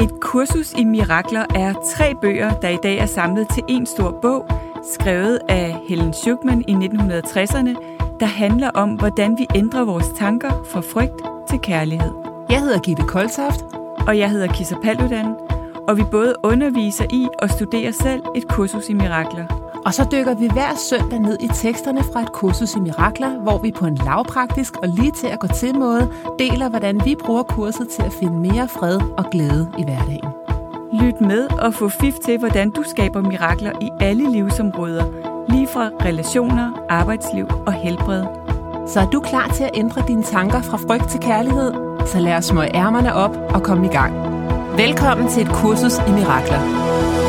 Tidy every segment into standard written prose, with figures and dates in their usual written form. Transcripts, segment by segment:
Et kursus i mirakler er 3 bøger, der i dag er samlet til en stor bog, skrevet af Helen Schucman i 1960'erne, der handler om, hvordan vi ændrer vores tanker fra frygt til kærlighed. Jeg hedder Gitte Koltoft. Og jeg hedder Kissa Paludan, og vi både underviser i og studerer selv et kursus i mirakler. Og så dykker vi hver søndag ned i teksterne fra et kursus i mirakler, hvor vi på en lavpraktisk og lige til at gå til måde deler, hvordan vi bruger kurset til at finde mere fred og glæde i hverdagen. Lyt med og få fif til, hvordan du skaber mirakler i alle livsområder, lige fra relationer, arbejdsliv og helbred. Så er du klar til at ændre dine tanker fra frygt til kærlighed? Så lad os smøge ærmerne op og komme i gang. Velkommen til et kursus i mirakler.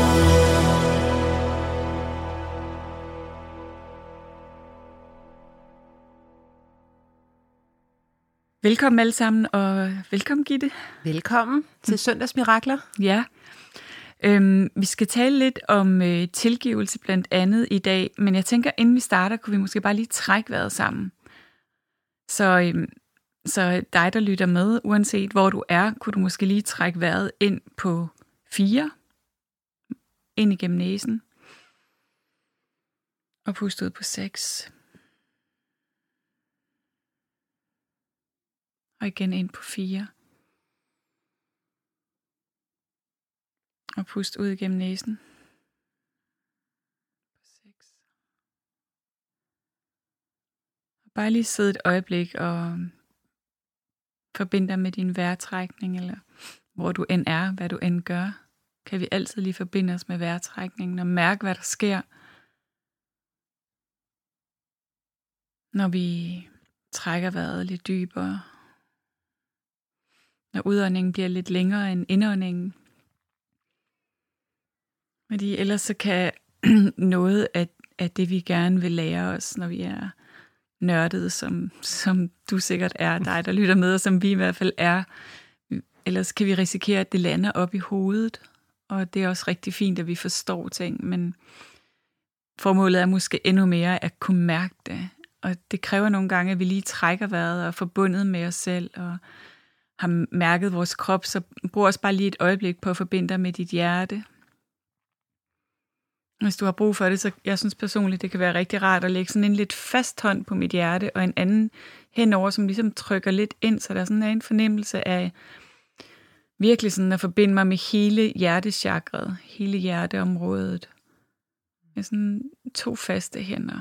Velkommen alle sammen, og velkommen Gitte. Velkommen til Søndagsmirakler. Ja, vi skal tale lidt om tilgivelse blandt andet i dag, men jeg tænker, inden vi starter, kunne vi måske bare lige trække vejret sammen. Så dig, der lytter med, uanset hvor du er, kunne du måske lige trække vejret ind på 4, ind igennem næsen, og puste ud på 6. Og igen ind på 4. Og pust ud igennem næsen. På 6. Og bare lige sidde et øjeblik og forbind dig med din vejrtrækning, eller hvor du end er, hvad du end gør. Kan vi altid lige forbinde os med vejrtrækningen og mærke, hvad der sker, når vi trækker vejret lidt dybere. Når udåndingen bliver lidt længere end indåndingen. Fordi ellers så kan noget af det, vi gerne vil lære os, når vi er nørdede, som du sikkert er, dig der lytter med, og som vi i hvert fald er, ellers kan vi risikere, at det lander op i hovedet. Og det er også rigtig fint, at vi forstår ting, men formålet er måske endnu mere at kunne mærke det. Og det kræver nogle gange, at vi lige trækker vejret og er forbundet med os selv, og har mærket vores krop, så brug også bare lige et øjeblik på at forbinde dig med dit hjerte. Hvis du har brug for det, så jeg synes personligt, det kan være rigtig rart at lægge sådan en lidt fast hånd på mit hjerte, og en anden henover, som ligesom trykker lidt ind, så der sådan er en fornemmelse af virkelig sådan at forbinde mig med hele hjertechakret, hele hjerteområdet. Med sådan 2 faste hænder.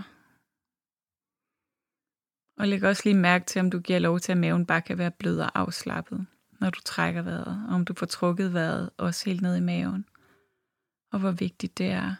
Og læg også lige mærke til, om du giver lov til, at maven bare kan være blød og afslappet, når du trækker vejret. Og om du får trukket vejret også helt ned i maven. Og hvor vigtigt det er.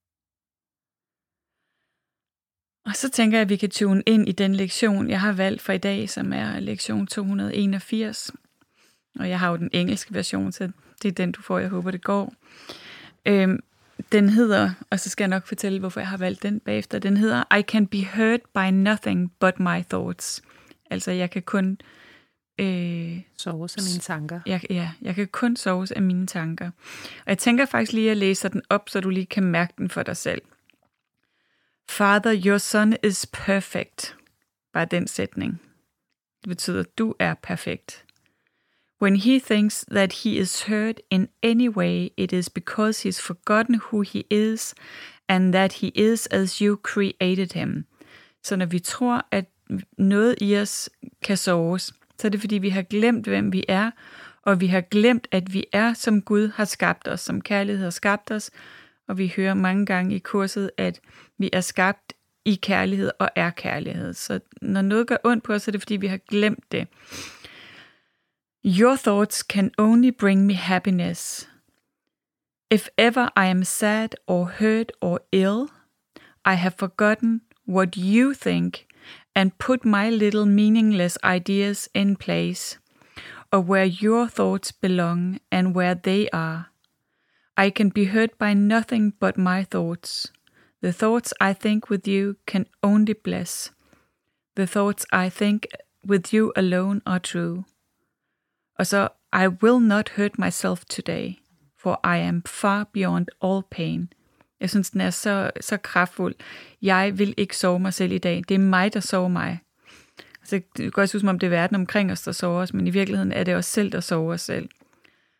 Og så tænker jeg, at vi kan tune ind i den lektion, jeg har valgt for i dag, som er lektion 281. Og jeg har jo den engelske version, så det er den, du får. Jeg håber, det går. Den hedder, og så skal jeg nok fortælle, hvorfor jeg har valgt den bagefter. Den hedder, I can be hurt by nothing but my thoughts. Altså, jeg kan kun soves af mine tanker. Jeg kan kun soves af mine tanker. Og jeg tænker faktisk lige at læse den op, så du lige kan mærke den for dig selv. Father, your son is perfect. Bare den sætning. Det betyder, du er perfekt. When he thinks that he is hurt in any way, it is because he's forgotten who he is, and that he is as you created him. Så når vi tror, at noget i os kan såres, så er det fordi, vi har glemt, hvem vi er, og vi har glemt, at vi er, som Gud har skabt os, som kærlighed har skabt os, og vi hører mange gange i kurset, at vi er skabt i kærlighed og er kærlighed. Så når noget gør ondt på os, så er det fordi, vi har glemt det. Your thoughts can only bring me happiness. If ever I am sad or hurt or ill, I have forgotten what you think and put my little meaningless ideas in place, or where your thoughts belong and where they are. I can be hurt by nothing but my thoughts. The thoughts I think with you can only bless. The thoughts I think with you alone are true. Og så, I will not hurt myself today, for I am far beyond all pain. Jeg synes, den er så kraftfuld. Jeg vil ikke sove mig selv i dag. Det er mig, der sover mig. Altså, det kan også ud som om det er verden omkring os, der sover os, men i virkeligheden er det os selv, der sover os selv.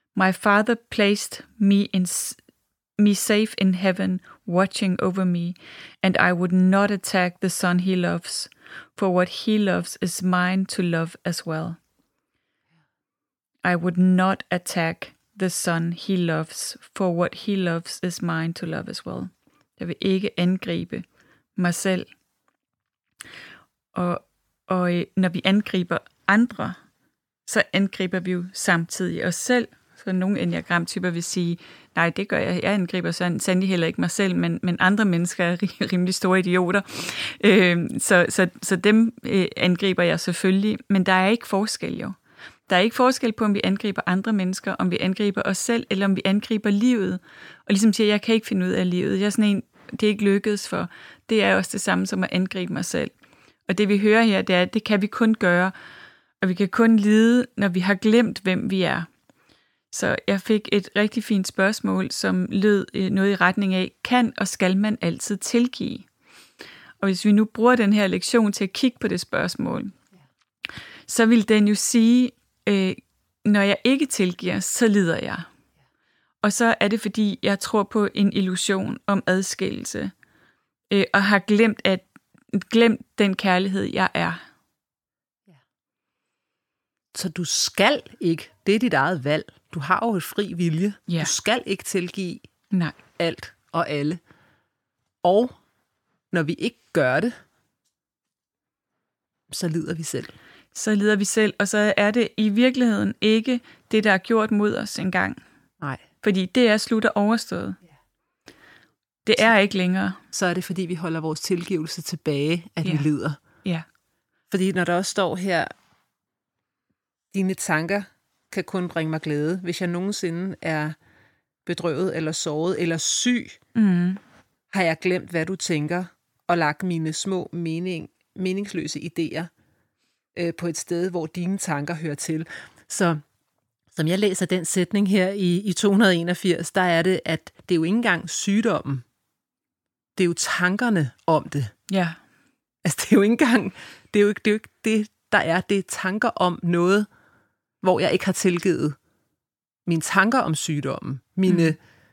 My Father placed me safe in heaven, watching over me, and I would not attack the Son he loves, for what he loves is mine to love as well. I would not attack the Son he loves, for what he loves is mine to love as well. Jeg vil ikke angribe mig selv. Og når vi angriber andre, så angriber vi jo samtidig os selv. Så nogle enneagramtyper vil sige, nej, det gør jeg. Jeg angriber sandelig heller ikke mig selv, men andre mennesker er rimelig store idioter. Så dem angriber jeg selvfølgelig, men der er ikke forskel jo. Der er ikke forskel på, om vi angriber andre mennesker, om vi angriber os selv, eller om vi angriber livet. Og ligesom siger, jeg kan ikke finde ud af livet. Jeg er sådan en, det er ikke lykkedes for. Det er også det samme som at angribe mig selv. Og det vi hører her, det er, at det kan vi kun gøre, og vi kan kun lide, når vi har glemt, hvem vi er. Så jeg fik et rigtig fint spørgsmål, som lød noget i retning af, kan og skal man altid tilgive? Og hvis vi nu bruger den her lektion til at kigge på det spørgsmål, så vil den jo sige, når jeg ikke tilgiver, så lider jeg. Og så er det, fordi jeg tror på en illusion om adskillelse, og har glemt den kærlighed, jeg er. Så du skal ikke, det er dit eget valg. Du har jo et fri vilje. Ja. Du skal ikke tilgive Nej. alt og alle. Og når vi ikke gør det, så lider vi selv. Så lider vi selv, og så er det i virkeligheden ikke det, der er gjort mod os engang. Nej. Fordi det er slut og overstået. Det er ikke længere. Så er det, fordi vi holder vores tilgivelse tilbage, at vi lider. Ja. Fordi når der også står her, dine tanker kan kun bringe mig glæde. Hvis jeg nogensinde er bedrøvet eller såret eller syg, har jeg glemt, hvad du tænker, og lagt mine små meningsløse idéer på et sted, hvor dine tanker hører til. Så som jeg læser den sætning her i 281, der er det, at det er jo ikke engang sygdommen. Det er jo tankerne om det. Ja. Altså det er jo ikke engang, det er jo ikke det, der er. Det er tanker om noget, hvor jeg ikke har tilgivet mine tanker om sygdommen. Mine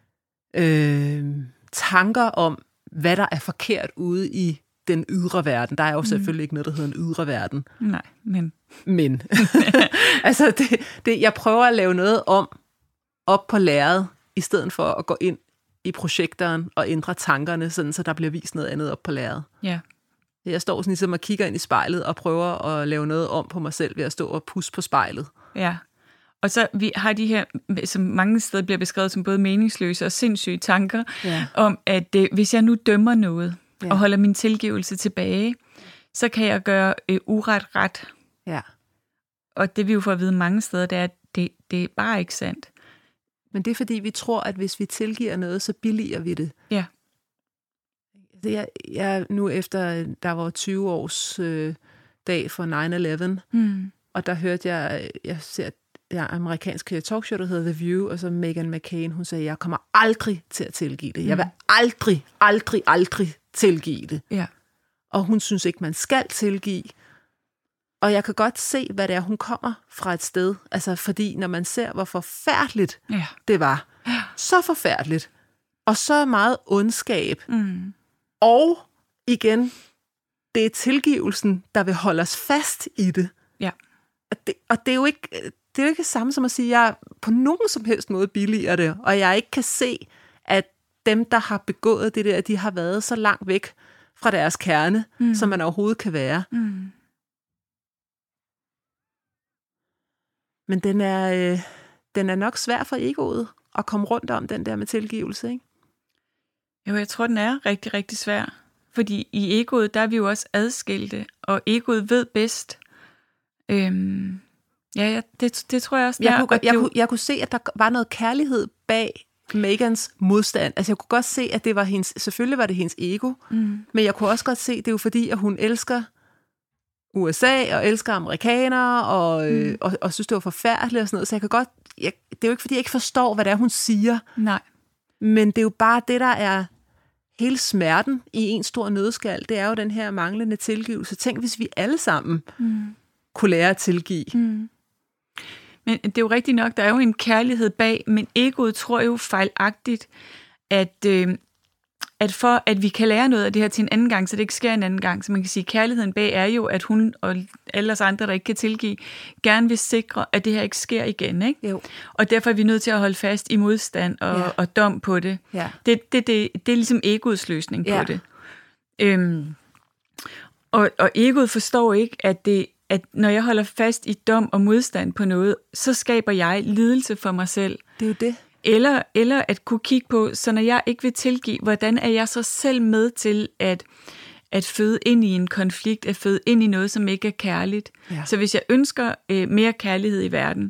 tanker om, hvad der er forkert ude i den ydre verden. Der er jo selvfølgelig ikke noget, der hedder en ydre verden. Nej, Men. Altså, jeg prøver at lave noget op på lærredet, i stedet for at gå ind i projektoren og ændre tankerne, sådan, så der bliver vist noget andet op på lærredet. Ja. Jeg står sådan ligesom og kigger ind i spejlet og prøver at lave noget om på mig selv ved at stå og pusse på spejlet. Ja. Og så vi har de her, som mange steder bliver beskrevet som både meningsløse og sindssyge tanker, om at hvis jeg nu dømmer noget, og holder min tilgivelse tilbage, så kan jeg gøre uret ret. Ja. Og det vi jo får at vide mange steder, det er, at det er bare ikke sandt. Men det er fordi, vi tror, at hvis vi tilgiver noget, så billiger vi det. Ja. Jeg nu efter, der var 20 års dag for 9/11, og der hørte jeg ser det amerikanske talkshow, der hedder The View, og så Meghan McCain, hun sagde, jeg kommer aldrig til at tilgive det. Jeg vil aldrig tilgive det. Ja. Og hun synes ikke, man skal tilgive. Og jeg kan godt se, hvad det er, hun kommer fra et sted. Altså, fordi når man ser, hvor forfærdeligt det var, så forfærdeligt, og så meget ondskab, og igen, det er tilgivelsen, der vil holde os fast i det. Ja. Og det er jo ikke det samme som at sige, at jeg på nogen som helst måde billiger det, og jeg ikke kan se, at dem, der har begået det der, de har været så langt væk fra deres kerne, som man overhovedet kan være. Men den er nok svær for egoet at komme rundt om, den der med tilgivelse, ikke? Jo, jeg tror, den er rigtig, rigtig svær. Fordi i egoet, der er vi jo også adskilte, og egoet ved bedst. Det tror jeg også. Jeg kunne se, at der var noget kærlighed bag Meghans modstand. Altså jeg kunne godt se, at det var hendes, selvfølgelig var det hendes ego, men jeg kunne også godt se, det er jo fordi, at hun elsker USA og elsker amerikanere og synes, det var forfærdeligt og sådan noget. Så jeg kan godt, det er jo ikke fordi, jeg ikke forstår, hvad det er, hun siger. Nej. Men det er jo bare det, der er hele smerten i en stor nødskal. Det er jo den her manglende tilgivelse. Tænk, hvis vi alle sammen kunne lære at tilgive. Men det er jo rigtigt nok, der er jo en kærlighed bag, men egoet tror jo fejlagtigt, at for at vi kan lære noget af det her til en anden gang, så det ikke sker en anden gang, så man kan sige, at kærligheden bag er jo, at hun og alle os andre, der ikke kan tilgive, gerne vil sikre, at det her ikke sker igen. Ikke? Jo. Og derfor er vi nødt til at holde fast i modstand og dom på det. Ja. Det er ligesom egoets løsning på det. Og egoet forstår ikke, at når jeg holder fast i dom og modstand på noget, så skaber jeg lidelse for mig selv. Det er jo det. Eller at kunne kigge på, så når jeg ikke vil tilgive, hvordan er jeg så selv med til at føde ind i en konflikt, at føde ind i noget, som ikke er kærligt. Ja. Så hvis jeg ønsker mere kærlighed i verden,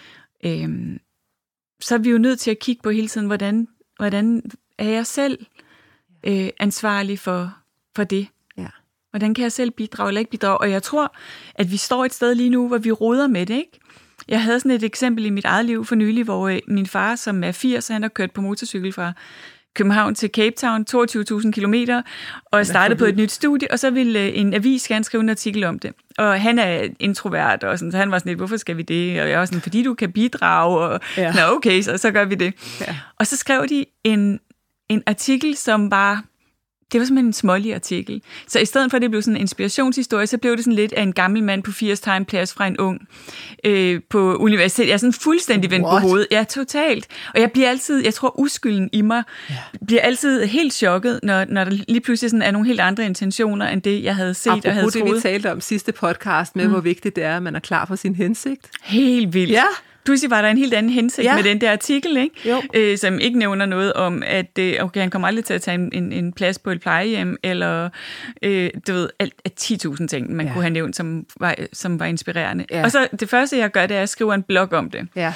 så er vi jo nødt til at kigge på hele tiden, hvordan er jeg selv ansvarlig for det. Ja. Hvordan kan jeg selv bidrage eller ikke bidrage? Og jeg tror, at vi står et sted lige nu, hvor vi roder med det, ikke? Jeg havde sådan et eksempel i mit eget liv for nylig, hvor min far, som er 80, han har kørt på motorcykel fra København til Cape Town, 22.000 kilometer, og startede på et nyt studie, og så ville en avis gerne skrive en artikel om det. Og han er introvert, og sådan, så han var sådan lidt, hvorfor skal vi det? Og jeg var sådan, fordi du kan bidrage, og nå okay, så gør vi det. Ja. Og så skrev de en artikel, som var... Det var simpelthen en smålig artikel. Så i stedet for, at det blev sådan en inspirationshistorie, så blev det sådan lidt af en gammel mand på 80 tager en plads fra en ung på universitetet. Jeg er sådan fuldstændig vendt på hovedet. Ja, totalt. Og jeg bliver altid, jeg tror uskylden i mig, bliver altid helt chokket, når der lige pludselig sådan er nogle helt andre intentioner, end det, jeg havde set og havde troet. Det, vi talte om sidste podcast med, hvor vigtigt det er, at man er klar for sin hensigt. Helt vildt. Ja. Pludselig var der en helt anden hensigt med den der artikel, ikke? Som ikke nævner noget om, at han kommer aldrig til at tage en plads på et plejehjem, eller du ved, 10.000 ting, man kunne have nævnt, som var inspirerende. Ja. Og så det første, jeg gør, det er at skrive en blog om det. Ja.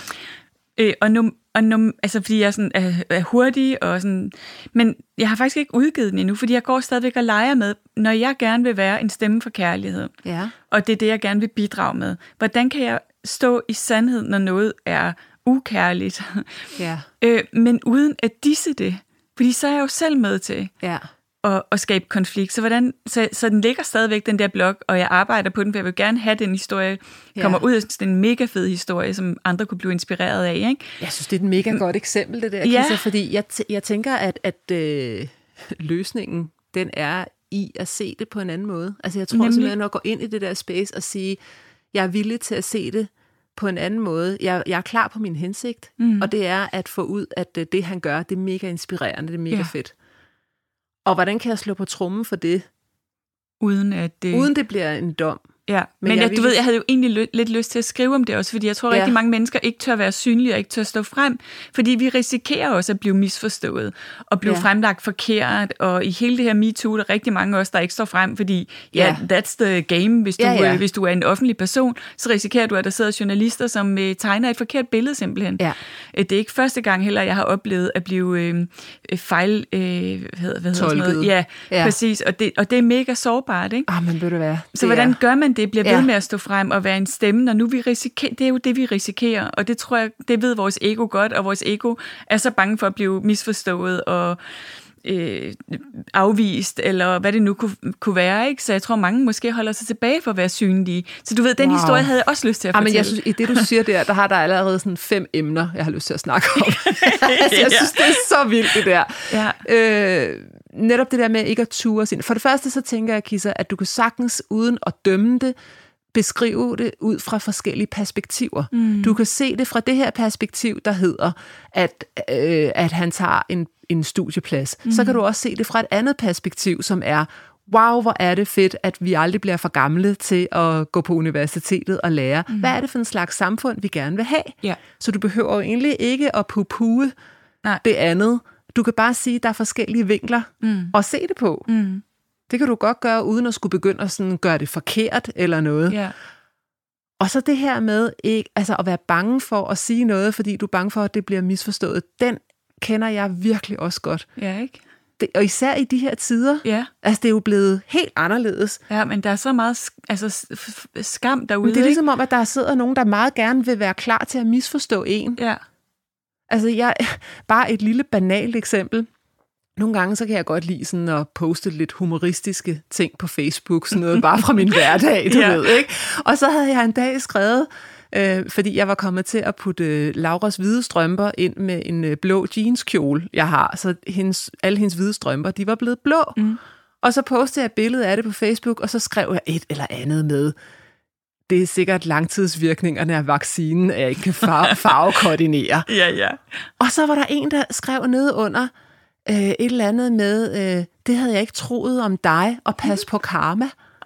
Altså fordi jeg sådan er hurtig, og sådan, men jeg har faktisk ikke udgivet den endnu, fordi jeg går stadigvæk og leger med, når jeg gerne vil være en stemme for kærlighed, og det er det, jeg gerne vil bidrage med. Hvordan kan jeg stå i sandhed, når noget er ukærligt, men uden at disse det, fordi så er jeg jo selv med til at skabe konflikt. Så den ligger stadigvæk, den der blog, og jeg arbejder på den, for jeg vil gerne have den historie, kommer ud af den mega fed historie, som andre kunne blive inspireret af. Ikke? Jeg synes, det er et mega godt eksempel, det der, Kisser, fordi jeg tænker, at løsningen, den er i at se det på en anden måde. Altså jeg tror simpelthen at gå ind i det der space og sige, jeg er villig til at se det på en anden måde. Jeg er klar på min hensigt, og det er at få ud, at det han gør, det er mega inspirerende, det er mega fedt. Og hvordan kan jeg slå på trommen for det? Uden det bliver en dom. Ja, men jeg havde jo egentlig lidt lyst til at skrive om det også, fordi jeg tror, rigtig mange mennesker ikke tør være synlige og ikke tør stå frem, fordi vi risikerer også at blive misforstået og blive fremlagt forkert, og i hele det her MeToo, der er rigtig mange af os, der ikke står frem, fordi that's the game. Hvis du er en offentlig person, så risikerer du, at der sidder journalister, som tegner et forkert billede simpelthen. Ja. Det er ikke første gang heller, jeg har oplevet at blive tolket. Ja, præcis, og det er mega sårbart, ikke? Men ved du hvad? Så hvordan gør man det? Bliver ved med at stå frem og være en stemme, når nu vi risikerer, det er jo det, vi risikerer, og det tror jeg, det ved vores ego godt, og vores ego er så bange for at blive misforstået og afvist, eller hvad det nu kunne være, ikke? Så jeg tror, mange måske holder sig tilbage for at være synlige. Så du ved, den historie havde jeg også lyst til at fortælle. Men jeg synes, i det du siger der har der allerede sådan 5 emner, jeg har lyst til at snakke om. Jeg synes, det er så vildt, det der. Ja. Netop det der med ikke at ture sin. For det første, så tænker jeg, Kisser, at du kan sagtens, uden at dømme det, beskrive det ud fra forskellige perspektiver. Du kan se det fra det her perspektiv, der hedder, at han tager en studieplads. Så kan du også se det fra et andet perspektiv, som er, wow, hvor er det fedt, at vi aldrig bliver for gamle til at gå på universitetet og lære. Hvad er det for en slags samfund, vi gerne vil have? Ja. Så du behøver jo egentlig ikke at pupue det andet. Du kan bare sige, at der er forskellige vinkler og se det på. Det kan du godt gøre, uden at skulle begynde at sådan gøre det forkert eller noget. Yeah. Og så det her med ikke, altså at være bange for at sige noget, fordi du er bange for, at det bliver misforstået, den kender jeg virkelig også godt. Ja, ikke? Og især i de her tider. Ja. Altså, det er jo blevet helt anderledes. Ja, men der er så meget skam derude. Men det er ligesom om, at der sidder nogen, der meget gerne vil være klar til at misforstå en. Ja. Altså, bare et lille banalt eksempel. Nogle gange, så kan jeg godt lide sådan at poste lidt humoristiske ting på Facebook, sådan noget bare fra min hverdag, du ved, ikke? Og så havde jeg en dag skrevet fordi jeg var kommet til at putte Lauras hvide strømper ind med en blå jeanskjole, jeg har. Så alle hendes hvide strømper, de var blevet blå. Og så postede jeg et billede af det på Facebook, og så skrev jeg et eller andet med, det er sikkert langtidsvirkningerne af vaccinen, at jeg ikke kan farvekoordinere. Ja. Og så var der en, der skrev nede under et eller andet med, det havde jeg ikke troet om dig, og pas på karma.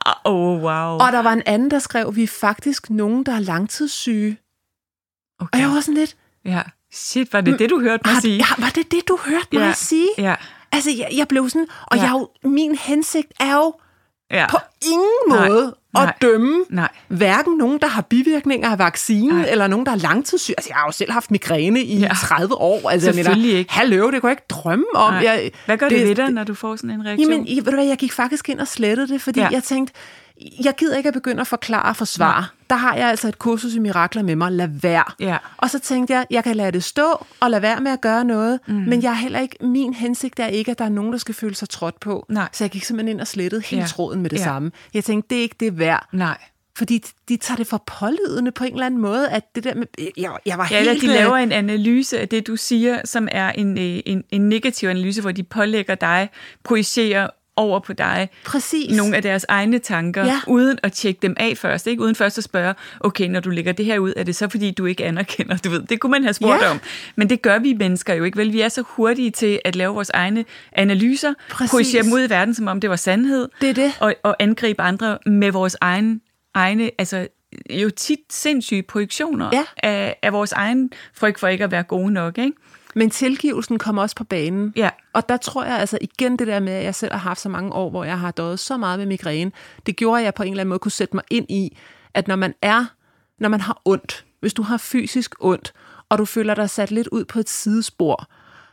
Wow. Og der var en anden, der skrev, vi er faktisk nogen, der er langtidssyge. Okay. Og jeg var sådan lidt... Ja, shit, var det det, du hørte mig sige? Ja, var det, du hørte mig sige? Ja. Altså, jeg blev sådan... Og min hensigt er jo på ingen måde at dømme hverken nogen, der har bivirkninger af vaccinen, eller nogen, der er langtidssyge. Altså, jeg har jo selv haft migræne i 30 år. Altså, selvfølgelig ikke. Hallo, det kunne jeg ikke drømme om. Hvad gør det ved dig, når du får sådan en reaktion? Jamen, ved du hvad, jeg gik faktisk ind og slettede det, fordi jeg tænkte, jeg gider ikke at begynde at forklare og forsvare. Der har jeg altså et kursus i mirakler med mig. Lad være. Ja. Og så tænkte jeg kan lade det stå, og lade være med at gøre noget. Men jeg er heller ikke, min hensigt er ikke, at der er nogen, der skal føle sig trådt på. Nej. Så jeg gik simpelthen ind og slettede hele tråden med det samme. Jeg tænkte, det er ikke det værd. Nej. Fordi de tager det for pålydende på en eller anden måde, at det der med... Jeg var helt... Eller de laver en analyse af det, du siger, som er en negativ analyse, hvor de pålægger dig, projicerer over på dig. Præcis. Nogle af deres egne tanker, uden at tjekke dem af først. Ikke? Uden først at spørge, okay, når du lægger det her ud, er det så fordi, du ikke anerkender? Du ved, det kunne man have spurgt om. Men det gør vi mennesker jo ikke, vel? Vi er så hurtige til at lave vores egne analyser, projicere dem ud i verden, som om det var sandhed, det er det. Og angribe andre med vores egne, altså jo tit sindssyge projektioner af vores egen frygt for ikke at være gode nok, ikke? Men tilgivelsen kommer også på banen. Ja. Og der tror jeg altså igen det der med, at jeg selv har haft så mange år, hvor jeg har døjet så meget med migræne, det gjorde, at jeg på en eller anden måde kunne sætte mig ind i, at når man har ondt, hvis du har fysisk ondt, og du føler dig sat lidt ud på et sidespor,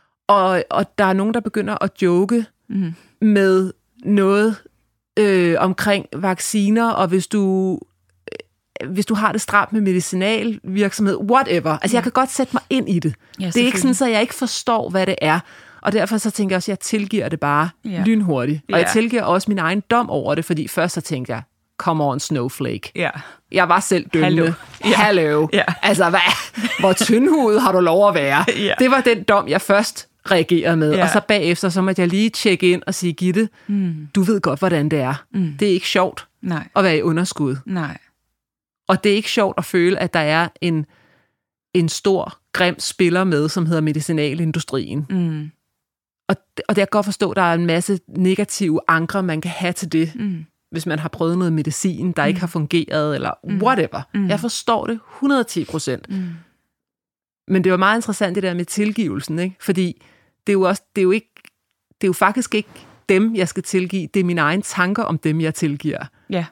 og der er nogen, der begynder at joke med noget omkring vacciner, og hvis du har det stramt med medicinalvirksomhed, whatever. Altså, jeg kan godt sætte mig ind i det. Ja, det er ikke sådan, at jeg ikke forstår, hvad det er. Og derfor så tænker jeg også, at jeg tilgiver det bare lynhurtigt. Og jeg tilgiver også min egen dom over det, fordi først så tænkte jeg, come on, snowflake. Ja. Jeg var selv dømmende. Hallo. Ja. Altså, hvor tyndhudet har du lov at være? Ja. Det var den dom, jeg først reagerede med. Og så bagefter, så måtte jeg lige tjekke ind og sige, Gitte, du ved godt, hvordan det er. Det er ikke sjovt at være i underskud. Nej. Og det er ikke sjovt at føle, at der er en stor, grim spiller med, som hedder medicinalindustrien. Og det jeg kan godt forstå, at der er en masse negative ankre, man kan have til det, hvis man har prøvet noget medicin, der ikke har fungeret, eller whatever. Jeg forstår det 110%. Men det var meget interessant, det der med tilgivelsen, ikke? Fordi det er jo faktisk ikke dem, jeg skal tilgive. Det er mine egne tanker om dem, jeg tilgiver. Ja.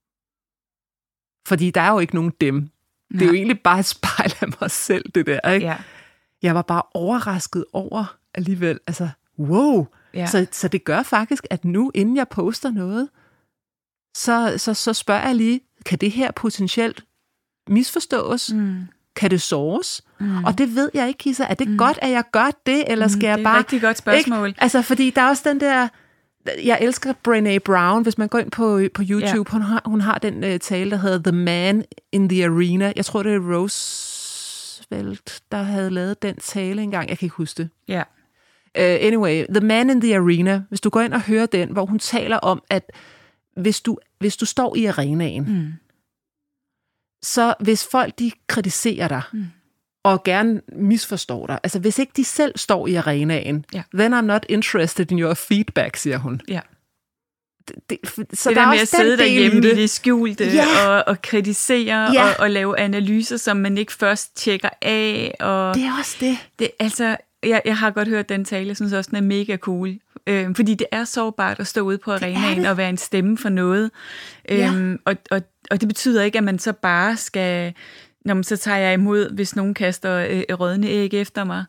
Fordi der er jo ikke nogen dem. Det er jo egentlig bare et spejl af mig selv, det der, ikke? Ja. Jeg var bare overrasket over alligevel. Altså, wow! Ja. Så det gør faktisk, at nu, inden jeg poster noget, så spørger jeg lige, kan det her potentielt misforstås? Kan det såres? Og det ved jeg ikke, Kisa. Er det godt, at jeg gør det, eller skal jeg bare... Det er et rigtig godt spørgsmål. Ikke? Altså, fordi der er også den der... Jeg elsker Brené Brown, hvis man går ind på YouTube. Hun har den tale, der hedder The Man in the Arena. Jeg tror, det er Roosevelt, der havde lavet den tale engang. Jeg kan ikke huske det. Ja. Anyway, The Man in the Arena. Hvis du går ind og hører den, hvor hun taler om, at hvis du står i arenaen, så hvis folk de kritiserer dig, og gerne misforstår dig, altså hvis ikke de selv står i arenaen, then I'm not interested in your feedback, siger hun. Ja. Så det der med at sidde derhjemme i det skjulte, og kritisere, og lave analyser, som man ikke først tjekker af. Og det er også det. Altså, jeg har godt hørt den tale, jeg synes også, den er mega cool. Fordi det er sårbart at stå ude på arenaen og være en stemme for noget. Og det betyder ikke, at man så bare skal... så tager jeg imod, hvis nogen kaster rådne æg efter mig.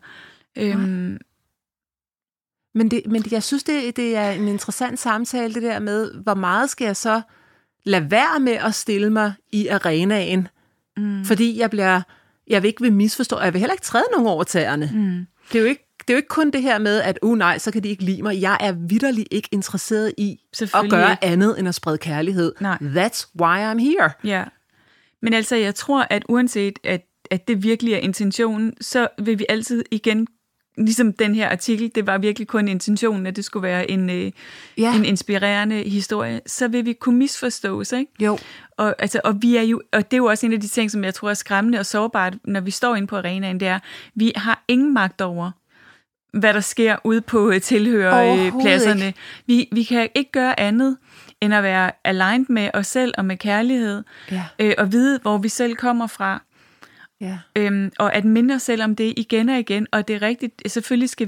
Men jeg synes, det er en interessant samtale, det der med, hvor meget skal jeg så lade være med at stille mig i arenaen, fordi jeg vil ikke vil misforstå, og jeg vil heller ikke træde nogen over tæerne. Det er jo ikke kun det her med, at nej, så kan de ikke lide mig. Jeg er vitterligt ikke interesseret i at gøre andet end at sprede kærlighed. Nej. That's why I'm here. Ja. Men altså, jeg tror, at uanset at det virkelig er intentionen, så vil vi altid igen, ligesom den her artikel, det var virkelig kun intentionen, at det skulle være en inspirerende historie, så vil vi kunne misforstås, ikke? Jo. Og vi er jo, og det er jo også en af de ting, som jeg tror er skræmmende og sårbart, når vi står inde på arenaen, det er, vi har ingen magt over, hvad der sker ude på tilhørerpladserne. Vi kan ikke gøre andet, end at være aligned med os selv og med kærlighed, og vide, hvor vi selv kommer fra. Ja. Og at minde os selv om det igen og igen, og det er rigtigt, selvfølgelig skal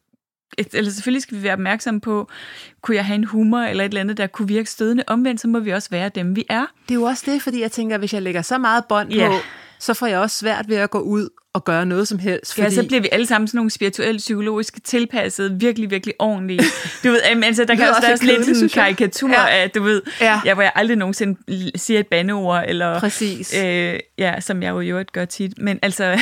vi være opmærksomme på, kunne jeg have en humor eller et eller andet, der kunne virke stødende. Omvendt, så må vi også være dem, vi er. Det er jo også det, fordi jeg tænker, at hvis jeg lægger så meget bånd på, så får jeg også svært ved at gå ud og gøre noget som helst. Fordi... Ja, så bliver vi alle sammen sådan nogle spirituelle, psykologiske, tilpassede, virkelig, virkelig ordentlige. Du ved, altså, der kan også være lidt sådan en karikatur af, du ved, hvor jeg aldrig nogensinde siger et bandeord, eller... Præcis. Som jeg jo gør tit. Men altså,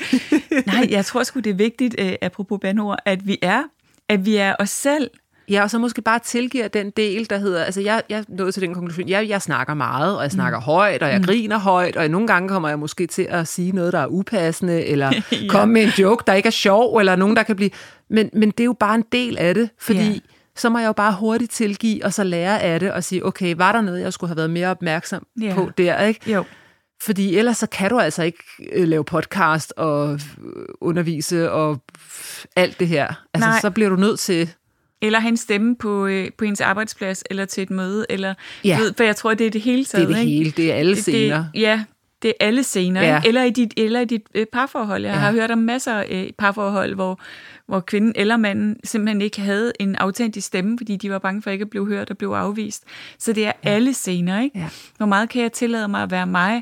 nej, jeg tror sgu, det er vigtigt, apropos bandeord, at vi er os selv. Ja, og så måske bare tilgiver den del, der hedder, altså jeg nåede til den konklusion, jeg snakker meget, og jeg snakker højt, og jeg griner højt, og nogle gange kommer jeg måske til at sige noget, der er upassende, eller komme med en joke, der ikke er sjov, eller nogen, der kan blive... Men det er jo bare en del af det, fordi så må jeg jo bare hurtigt tilgive, og så lære af det, og sige, okay, var der noget, jeg skulle have været mere opmærksom på der, ikke? Jo. Fordi ellers så kan du altså ikke lave podcast og undervise og alt det her. Altså, så bliver du nødt til... Eller have en stemme på ens arbejdsplads, eller til et møde, eller for jeg tror, det er det hele taget. Det er det hele, det er alle scener. Det er alle scener, ikke? Eller i dit parforhold. Jeg har hørt om masser af parforhold, hvor kvinden eller manden simpelthen ikke havde en autentisk stemme, fordi de var bange for ikke at blive hørt og blive afvist. Så det er alle scener, ikke? Ja. Hvor meget kan jeg tillade mig at være mig,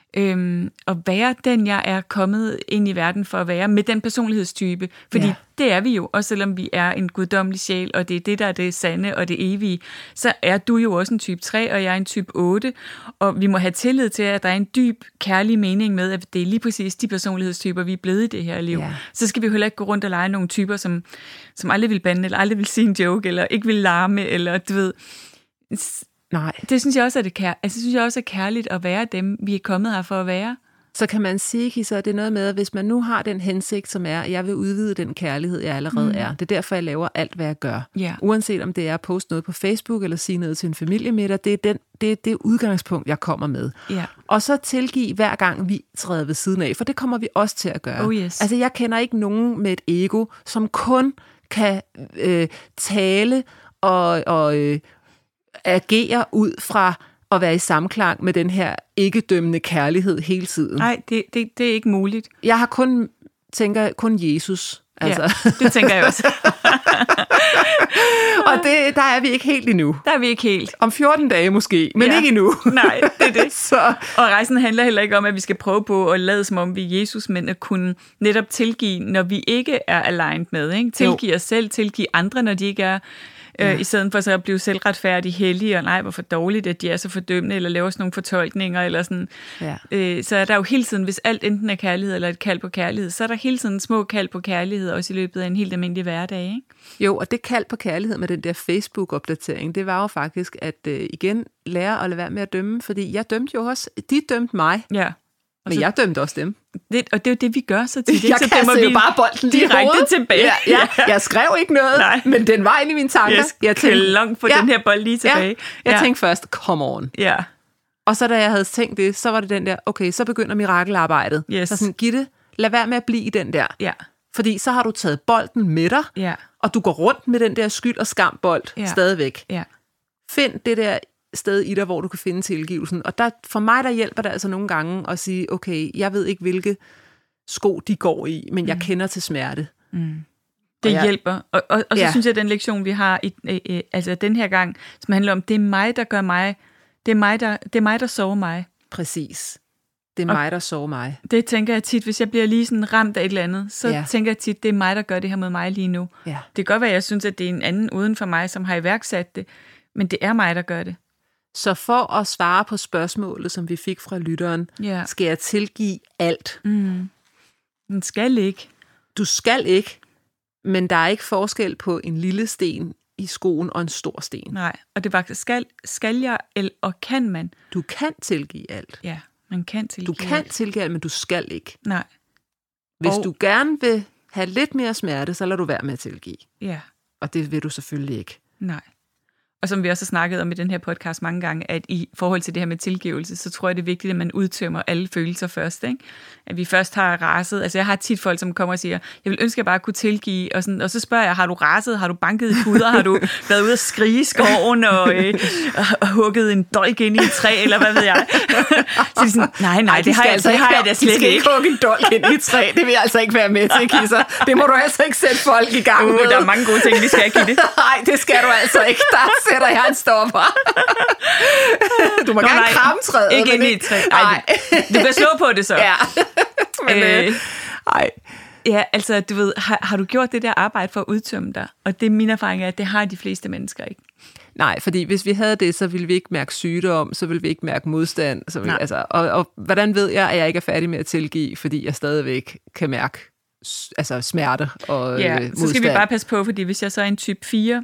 og være den, jeg er kommet ind i verden for at være, med den personlighedstype. Fordi det er vi jo, også selvom vi er en guddommelig sjæl, og det er det, der er det sande og det evige, så er du jo også en type 3, og jeg er en type 8, og vi må have tillid til, at der er en dyb, kærlig mening med, at det er lige præcis de personlighedstyper, vi er blevet i det her liv. Ja. Så skal vi heller ikke gå rundt og lege nogle typer, som aldrig vil bande, eller aldrig vil sige en joke, eller ikke vil larme, eller du ved... Nej. Det synes jeg også er kærligt at være dem, vi er kommet her for at være. Så kan man sige, så det er noget med, at hvis man nu har den hensigt, som er, at jeg vil udvide den kærlighed, jeg allerede er. Det er derfor, jeg laver alt, hvad jeg gør. Yeah. Uanset om det er at poste noget på Facebook, eller sige noget til en familiemiddag, det er det udgangspunkt, jeg kommer med. Yeah. Og så tilgive hver gang, vi træder ved siden af, for det kommer vi også til at gøre. Oh yes. Altså, jeg kender ikke nogen med et ego, som kun kan tale og agere ud fra at være i samklang med den her ikke-dømmende kærlighed hele tiden. Nej, det er ikke muligt. Jeg har kun Jesus. Altså. Ja, det tænker jeg også. Og der er vi ikke helt endnu. Der er vi ikke helt. Om 14 dage måske, men ikke endnu. Nej, det er det. Så. Og rejsen handler heller ikke om, at vi skal prøve på at lade som om vi er Jesus, men at kunne netop tilgive, når vi ikke er aligned med. Ikke? Tilgive os selv, tilgive andre, når de ikke er... I stedet for så at blive selvretfærdige, hellige, og nej, hvor for dårligt, at de er så fordømmende, eller laver sådan nogle fortolkninger, eller sådan. Ja. Så er der jo hele tiden, hvis alt enten er kærlighed, eller et kald på kærlighed, så er der hele tiden små kald på kærlighed, også i løbet af en helt almindelig hverdag, ikke? Jo, og det kald på kærlighed med den der Facebook-opdatering, det var jo faktisk, at igen lære at lade være med at dømme, fordi jeg dømte jo også, de dømte mig. Ja. Men jeg dømte også dem. Og det er jo det, vi gør så tit. Jeg kaster jo bare bolden direkte tilbage. Ja. Jeg skrev ikke noget, men den var inde i mine tanker. Jeg tænkte langt på den her bold lige tilbage. Jeg tænkte først, come on. Ja. Og så da jeg havde tænkt det, så var det den der, okay, så begynder mirakelarbejdet. Yes. Så sådan, Gitte, lad være med at blive i den der. Ja. Fordi så har du taget bolden med dig, og du går rundt med den der skyld- og skambold stadigvæk. Ja. Find det der sted i dig, hvor du kan finde tilgivelsen. Og for mig, der hjælper det altså nogle gange at sige, okay, jeg ved ikke, hvilke sko de går i, men jeg kender til smerte. Det hjælper. Og så synes jeg, at den lektion, vi har altså den her gang, som handler om, det er mig, der gør mig. Det er mig, der sover mig. Præcis. Det er mig, der sover mig. Det tænker jeg tit, hvis jeg bliver lige sådan ramt af et eller andet, så tænker jeg tit, det er mig, der gør det her med mig lige nu. Ja. Det kan godt være, jeg synes, at det er en anden uden for mig, som har iværksat det, men det er mig, der gør det. Så for at svare på spørgsmålet, som vi fik fra lytteren, skal jeg tilgive alt? Den skal ikke. Du skal ikke, men der er ikke forskel på en lille sten i skoen og en stor sten. Nej, og det er faktisk, skal jeg, og kan man? Du kan tilgive alt. Ja, Man kan tilgive. Du kan tilgive alt, men du skal ikke. Nej. Hvis du gerne vil have lidt mere smerte, så lader du være med at tilgive. Ja. Og det vil du selvfølgelig ikke. Nej. Og som vi også har snakket om i den her podcast mange gange, at i forhold til det her med tilgivelse, så tror jeg, det er vigtigt, at man udtømmer alle følelser først. Ikke? At vi først har raset. Altså jeg har tit folk, som kommer og siger, jeg vil ønske, at jeg bare kunne tilgive. Og så spørger jeg, har du raset? Har du banket i puder? Har du været ude at skrige i skoven og hugget en dolk ind i et træ? Eller hvad ved jeg? Så de sådan, nej, det har jeg da slet ikke. De skal ikke hugge en dolk ind i et træ. Det vil jeg altså ikke være med til, Kisser. Det må du altså ikke sætte folk i gang med. Der er mange gode ting, vi skal ikke i det. Nej, det skal du altså ikke. Der sætter jeg en stopper. Du må gerne kramme træet. Ikke ind i et træ. Nej. Du kan slå på det så. Ja. Men, ja, altså, du ved, har du gjort det der arbejde for at udtømme dig? Og det er min erfaring, at det har de fleste mennesker ikke. Nej, fordi hvis vi havde det, så ville vi ikke mærke sygdom, så ville vi ikke mærke modstand. Så ville, altså, og hvordan ved jeg, at jeg ikke er færdig med at tilgive, fordi jeg stadigvæk kan mærke smerte og modstand. Så skal vi bare passe på, fordi hvis jeg så er en type 4,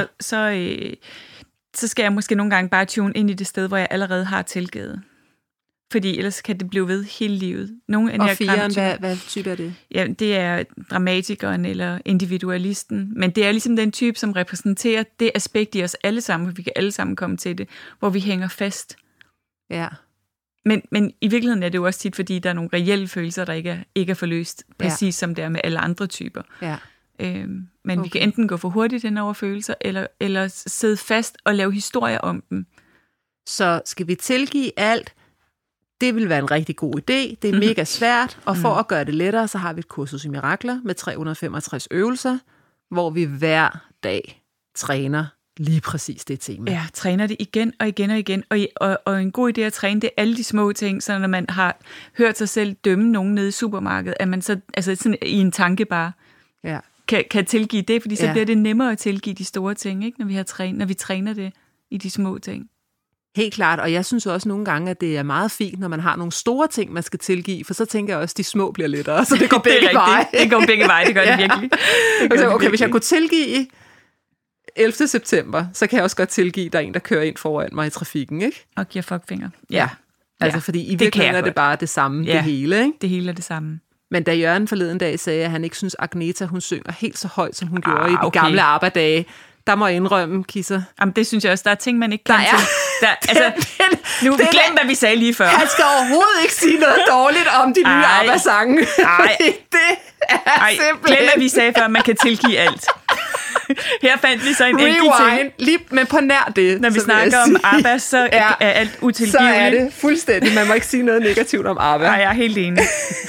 så skal jeg måske nogle gange bare tune ind i det sted, hvor jeg allerede har tilgivet. Fordi ellers kan det blive ved hele livet. Og 4'eren, hvad type er det? Ja, det er dramatikeren eller individualisten. Men det er ligesom den type, som repræsenterer det aspekt i os alle sammen, for vi kan alle sammen komme til det, hvor vi hænger fast. Ja. Men i virkeligheden er det jo også tit, fordi der er nogle reelle følelser, der ikke er forløst, præcis som det er med alle andre typer. Ja. Men vi kan enten gå for hurtigt hen over følelser, eller sidde fast og lave historier om dem. Så skal vi tilgive alt? Det vil være en rigtig god idé. Det er mega svært, og for at gøre det lettere, så har vi et kursus i mirakler med 365 øvelser, hvor vi hver dag træner lige præcis det tema. Ja, træner det igen og igen og igen. Og en god idé at træne, det er alle de små ting, så når man har hørt sig selv dømme nogen nede i supermarkedet, at man så sådan i en tanke bare kan tilgive det, fordi så bliver det nemmere at tilgive de store ting, ikke? Når vi træner det i de små ting. Helt klart, og jeg synes også nogle gange, at det er meget fint, når man har nogle store ting, man skal tilgive, for så tænker jeg også, at de små bliver lettere, så det går begge veje. Det går begge veje, det gør det virkelig. Hvis jeg kunne tilgive 11. september, så kan jeg også godt tilgive, at der er en, der kører ind foran mig i trafikken, ikke? Og giver fuckfinger. Altså fordi i virkeligheden er det bare det samme, det hele, ikke? Det hele er det samme. Men da Jørgen forleden dag sagde, at han ikke synes, Agneta, hun synger helt så højt, som hun gjorde i de gamle arbejdage, der må jeg indrømme, Kisser. Jamen, det synes jeg også, der er ting, man ikke kan til. Nu glem, hvad vi sagde lige før. Han skal overhovedet ikke sige noget dårligt om de nye ABBA-sange. Nej, det er simpelthen... Glem, hvad vi sagde før, man kan tilgive alt. Her fandt vi så en enkelt ting. Lige, men på nær det. Når vi snakker om ABBA, så er alt utilgiveligt. Så er det fuldstændig. Man må ikke sige noget negativt om ABBA. Nej, jeg er helt enig.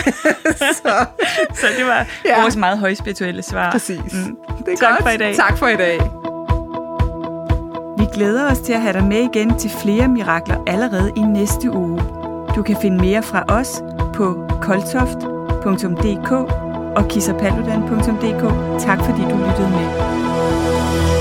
så det var vores meget højspirituelle svar. Præcis. Det er tak godt. For i dag. Tak for i dag. Vi glæder os til at have dig med igen til flere mirakler allerede i næste uge. Du kan finde mere fra os på koltoft.dk og kissapaludan.dk. Tak fordi du lyttede med.